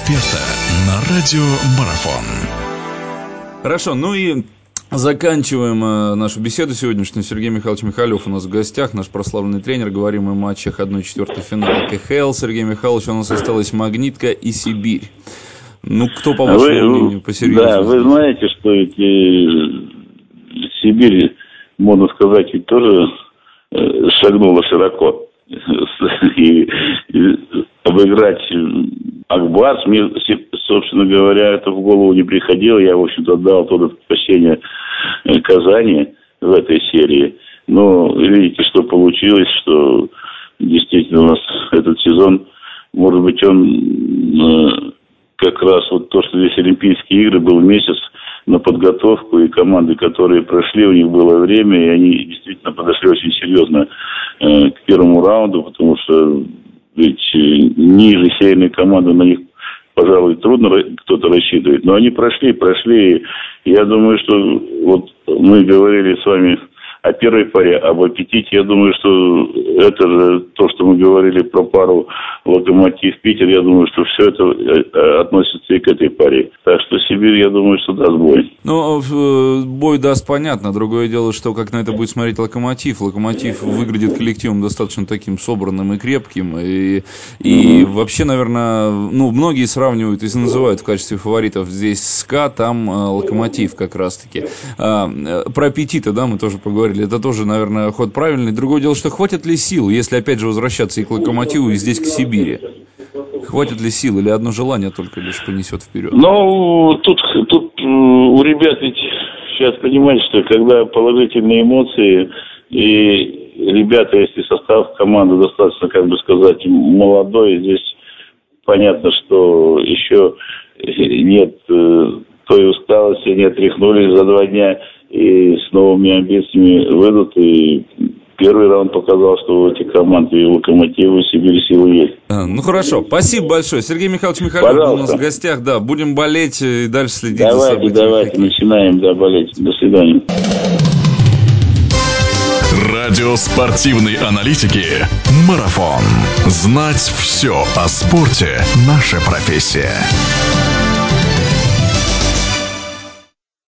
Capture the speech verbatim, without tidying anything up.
эксперта на радио Марафон. Хорошо, ну и заканчиваем э, нашу беседу сегодняшнюю. Сергей Михайлович Михалев у нас в гостях, наш прославленный тренер. Говорим мы о матчах одна четвертая финала ка ха эл. Сергей Михайлович, у нас осталась «Магнитка» и «Сибирь». Ну, кто, по вашему вы, мнению, посерьезнее? Да, вы знаете, что эти Сибирь, можно сказать, ведь тоже шагнула широко. И, и обыграть Акбарс, мне, собственно говоря, это в голову не приходило. Я, в общем-то, отдал тоже предпочтение Казани в этой серии. Но видите, что получилось, что действительно у нас этот сезон, может быть, он как раз вот то, что здесь Олимпийские игры, был месяц на подготовку, и команды, которые прошли, у них было время, и они действительно подошли очень серьезно э, к первому раунду, потому что ведь ниже северной команды на них, пожалуй, трудно кто-то рассчитывает. Но они прошли, прошли. И я думаю, что вот мы говорили с вами о первой паре, об аппетите. Я думаю, что это же то, что мы говорили про пару Локомотив-Питер. Я думаю, что все это относится и к этой паре. Так что Сибирь, я думаю, что даст бой. Ну, бой даст, понятно. Другое дело, что как на это будет смотреть Локомотив. Локомотив выглядит коллективом достаточно таким собранным и крепким. И, и mm-hmm. вообще, наверное, ну, многие сравнивают и называют в качестве фаворитов здесь СКА, там Локомотив как раз-таки. А, про аппетиты, да, мы тоже поговорили. Это тоже, наверное, ход правильный. Другое дело, что хватит ли сил, если опять же возвращаться и к Локомотиву, и здесь к Сибири? Хватит ли сил, или одно желание только лишь понесет вперед? Ну, тут, тут у ребят ведь сейчас понимаете, что когда положительные эмоции, и ребята, если состав команды достаточно, как бы сказать, молодой, здесь понятно, что еще нет той усталости, не отряхнулись за два дня, и с новыми амбициями выйдут, и первый раунд показал, что у этих команд и Локомотива, и Сибирь силы есть. Ну хорошо, спасибо большое. Сергей Михайлович Михалев был у нас в гостях, да, будем болеть и дальше следить давайте, за событиями. Давайте, давайте, начинаем, да, болеть. До свидания. Радио спортивной аналитики «Марафон». Знать все о спорте – наша профессия.